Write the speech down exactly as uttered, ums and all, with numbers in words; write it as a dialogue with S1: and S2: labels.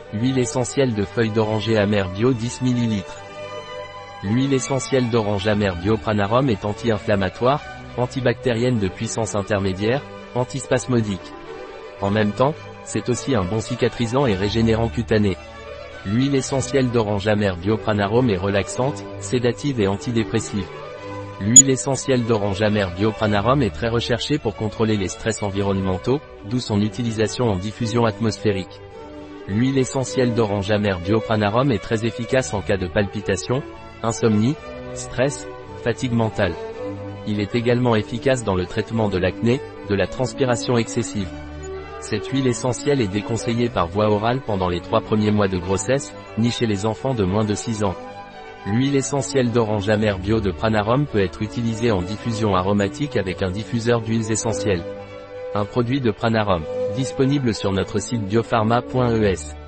S1: Huile essentielle de feuilles d'oranger amère bio dix millilitres. L'huile essentielle d'orange amère bio Pranarum est anti-inflammatoire, antibactérienne de puissance intermédiaire, antispasmodique. En même temps, c'est aussi un bon cicatrisant et régénérant cutané. L'huile essentielle d'orange amère bio Pranarum est relaxante, sédative et antidépressive. L'huile essentielle d'orange amère bio Pranarum est très recherchée pour contrôler les stress environnementaux, d'où son utilisation en diffusion atmosphérique. L'huile essentielle d'orange amère bio Pranarum est très efficace en cas de palpitations, insomnie, stress, fatigue mentale. Il est également efficace dans le traitement de l'acné, de la transpiration excessive. Cette huile essentielle est déconseillée par voie orale pendant les trois premiers mois de grossesse, ni chez les enfants de moins de six ans. L'huile essentielle d'orange amère bio de Pranarum peut être utilisée en diffusion aromatique avec un diffuseur d'huiles essentielles. Un produit de Pranarum, disponible sur notre site biopharma point e s.